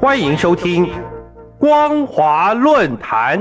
欢迎收听光华论坛。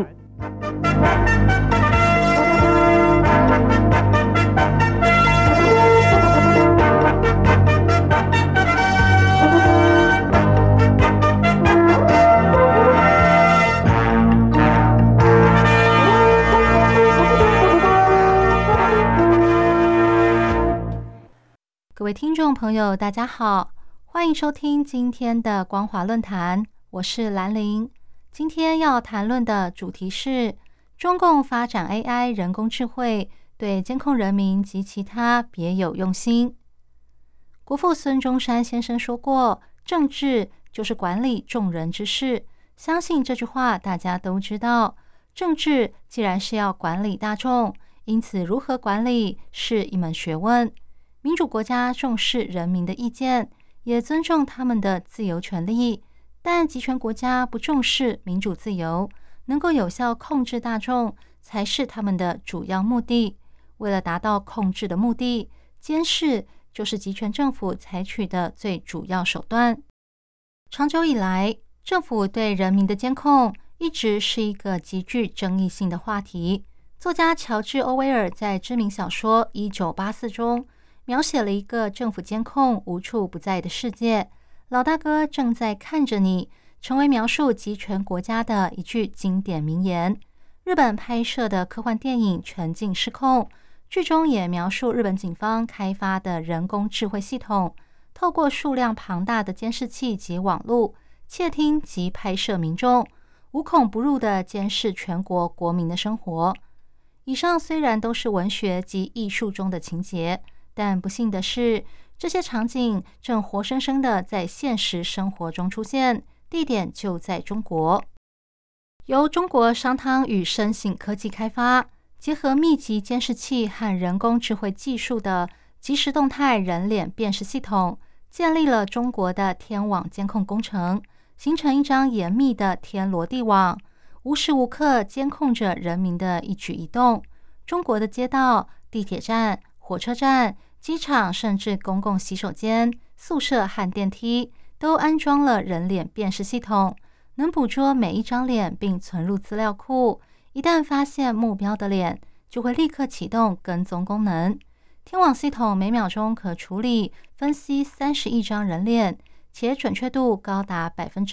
各位听众朋友，大家好，欢迎收听今天的光华论坛，我是兰玲。今天要谈论的主题是中共发展 AI 人工智慧对监控人民及其他别有用心。国父孙中山先生说过，政治就是管理众人之事，相信这句话大家都知道。政治既然是要管理大众，因此如何管理是一门学问。民主国家重视人民的意见，也尊重他们的自由权利，但集权国家不重视民主自由，能够有效控制大众才是他们的主要目的。为了达到控制的目的，监视就是集权政府采取的最主要手段。长久以来，政府对人民的监控一直是一个极具争议性的话题。作家乔治·欧威尔在知名小说《1984》中描写了一个政府监控无处不在的世界，老大哥正在看着你，成为描述集权国家的一句经典名言。日本拍摄的科幻电影《全境失控》，剧中也描述日本警方开发的人工智慧系统，透过数量庞大的监视器及网络，窃听及拍摄民众，无孔不入地监视全国国民的生活。以上虽然都是文学及艺术中的情节，但不幸的是，这些场景正活生生的在现实生活中出现，地点就在中国。由中国商汤与深信科技开发，结合密集监视器和人工智慧技术的即时动态人脸辨识系统，建立了中国的天网监控工程，形成一张严密的天罗地网，无时无刻监控着人民的一举一动。中国的街道、地铁站、火车站、机场，甚至公共洗手间、宿舍和电梯都安装了人脸辨识系统，能捕捉每一张脸并存入资料库。一旦发现目标的脸，就会立刻启动跟踪功能。天网系统每秒钟可处理分析30亿张人脸，且准确度高达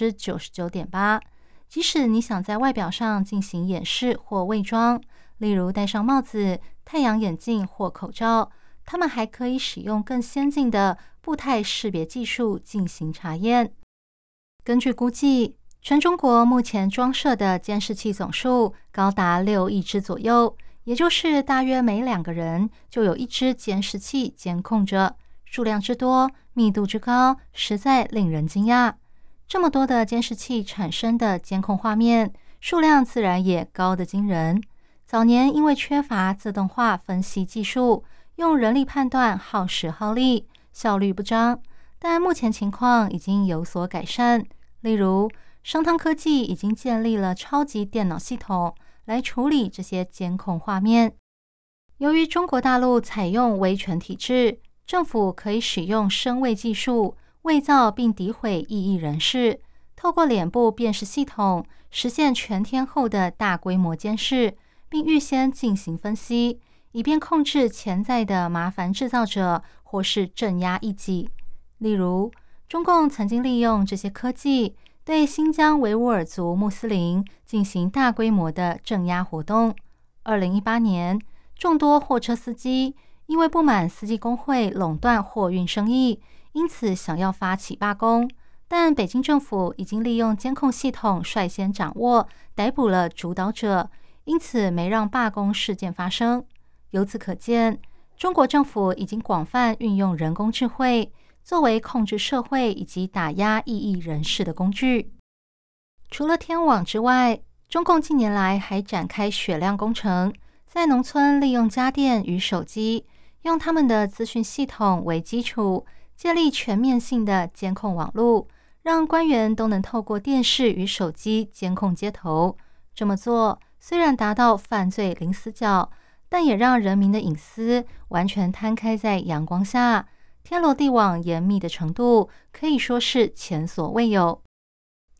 99.8%。即使你想在外表上进行掩饰或伪装，例如戴上帽子、太阳眼镜或口罩，他们还可以使用更先进的步态识别技术进行查验。根据估计，全中国目前装设的监视器总数高达6亿只左右，也就是大约每2个人就有1只监视器监控着。数量之多，密度之高，实在令人惊讶。这么多的监视器产生的监控画面，数量自然也高得惊人。早年因为缺乏自动化分析技术，用人力判断耗时耗力，效率不彰，但目前情况已经有所改善。例如，商汤科技已经建立了超级电脑系统来处理这些监控画面。由于中国大陆采用威权体制，政府可以使用声伪技术伪造并诋毁异议人士，透过脸部辨识系统实现全天候的大规模监视，并预先进行分析，以便控制潜在的麻烦制造者或是镇压异己。例如，中共曾经利用这些科技对新疆维吾尔族穆斯林进行大规模的镇压活动。2018年，众多货车司机因为不满司机工会垄断货运生意，因此想要发起罢工，但北京政府已经利用监控系统率先掌握，逮捕了主导者，因此没让罢工事件发生。由此可见，中国政府已经广泛运用人工智慧作为控制社会以及打压异议人士的工具。除了天网之外，中共近年来还展开雪亮工程，在农村利用家电与手机，用他们的资讯系统为基础，建立全面性的监控网络，让官员都能透过电视与手机监控街头。这么做虽然达到犯罪零死角，但也让人民的隐私完全摊开在阳光下，天罗地网严密的程度可以说是前所未有。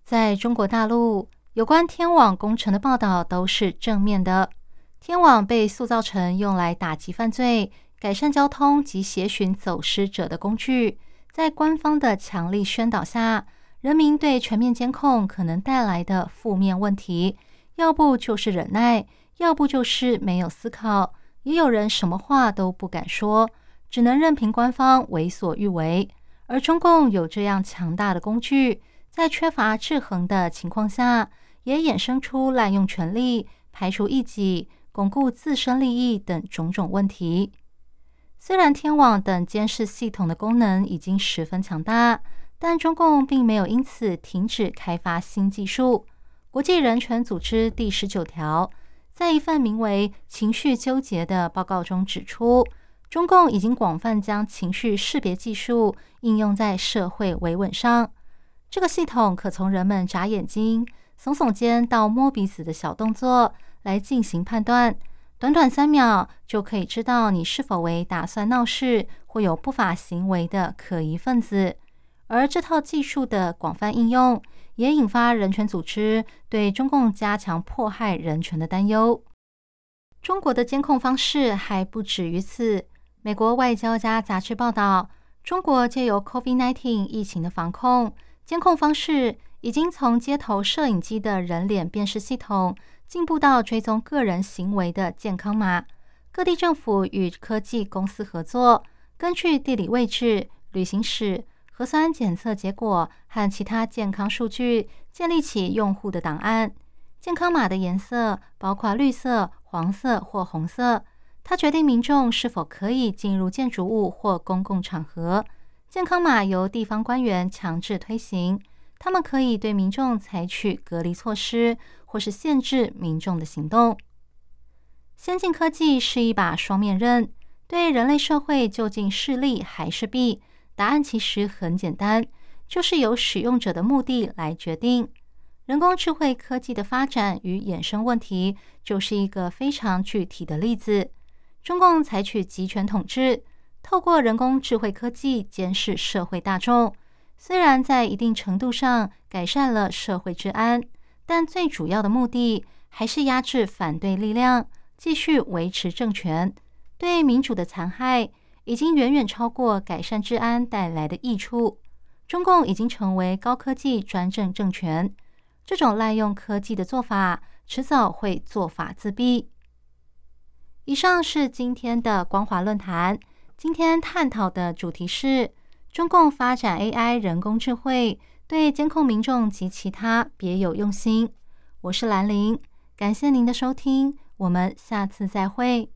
在中国大陆，有关天网工程的报道都是正面的。天网被塑造成用来打击犯罪、改善交通及协寻走失者的工具。在官方的强力宣导下，人民对全面监控可能带来的负面问题，要不就是忍耐，要不就是没有思考，也有人什么话都不敢说，只能任凭官方为所欲为。而中共有这样强大的工具，在缺乏制衡的情况下，也衍生出滥用权力、排除异己、巩固自身利益等种种问题。虽然天网等监视系统的功能已经十分强大，但中共并没有因此停止开发新技术。国际人权组织第19条在一份名为《情绪纠结》的报告中指出，中共已经广泛将情绪识别技术应用在社会维稳上。这个系统可从人们眨眼睛、耸耸肩到摸鼻子的小动作来进行判断，短短3秒就可以知道你是否为打算闹事或有不法行为的可疑分子。而这套技术的广泛应用，也引发人权组织对中共加强迫害人权的担忧。中国的监控方式还不止于此。美国外交家杂志报道，中国借由 COVID-19 疫情的防控，监控方式已经从街头摄影机的人脸辨识系统进步到追踪个人行为的健康码。各地政府与科技公司合作，根据地理位置、旅行史、核酸检测结果和其他健康数据，建立起用户的档案。健康码的颜色包括绿色、黄色或红色，它决定民众是否可以进入建筑物或公共场合。健康码由地方官员强制推行，他们可以对民众采取隔离措施，或是限制民众的行动。先进科技是一把双面刃，对人类社会究竟是利还是弊？答案其实很简单，就是由使用者的目的来决定。人工智慧科技的发展与衍生问题，就是一个非常具体的例子。中共采取集权统治，透过人工智慧科技监视社会大众，虽然在一定程度上改善了社会治安，但最主要的目的还是压制反对力量，继续维持政权。对民主的残害已经远远超过改善治安带来的益处。中共已经成为高科技专政政权，这种滥用科技的做法，迟早会做法自毙。以上是今天的光华论坛，今天探讨的主题是中共发展 AI 人工智慧对监控民众及其他别有用心。我是兰玲，感谢您的收听，我们下次再会。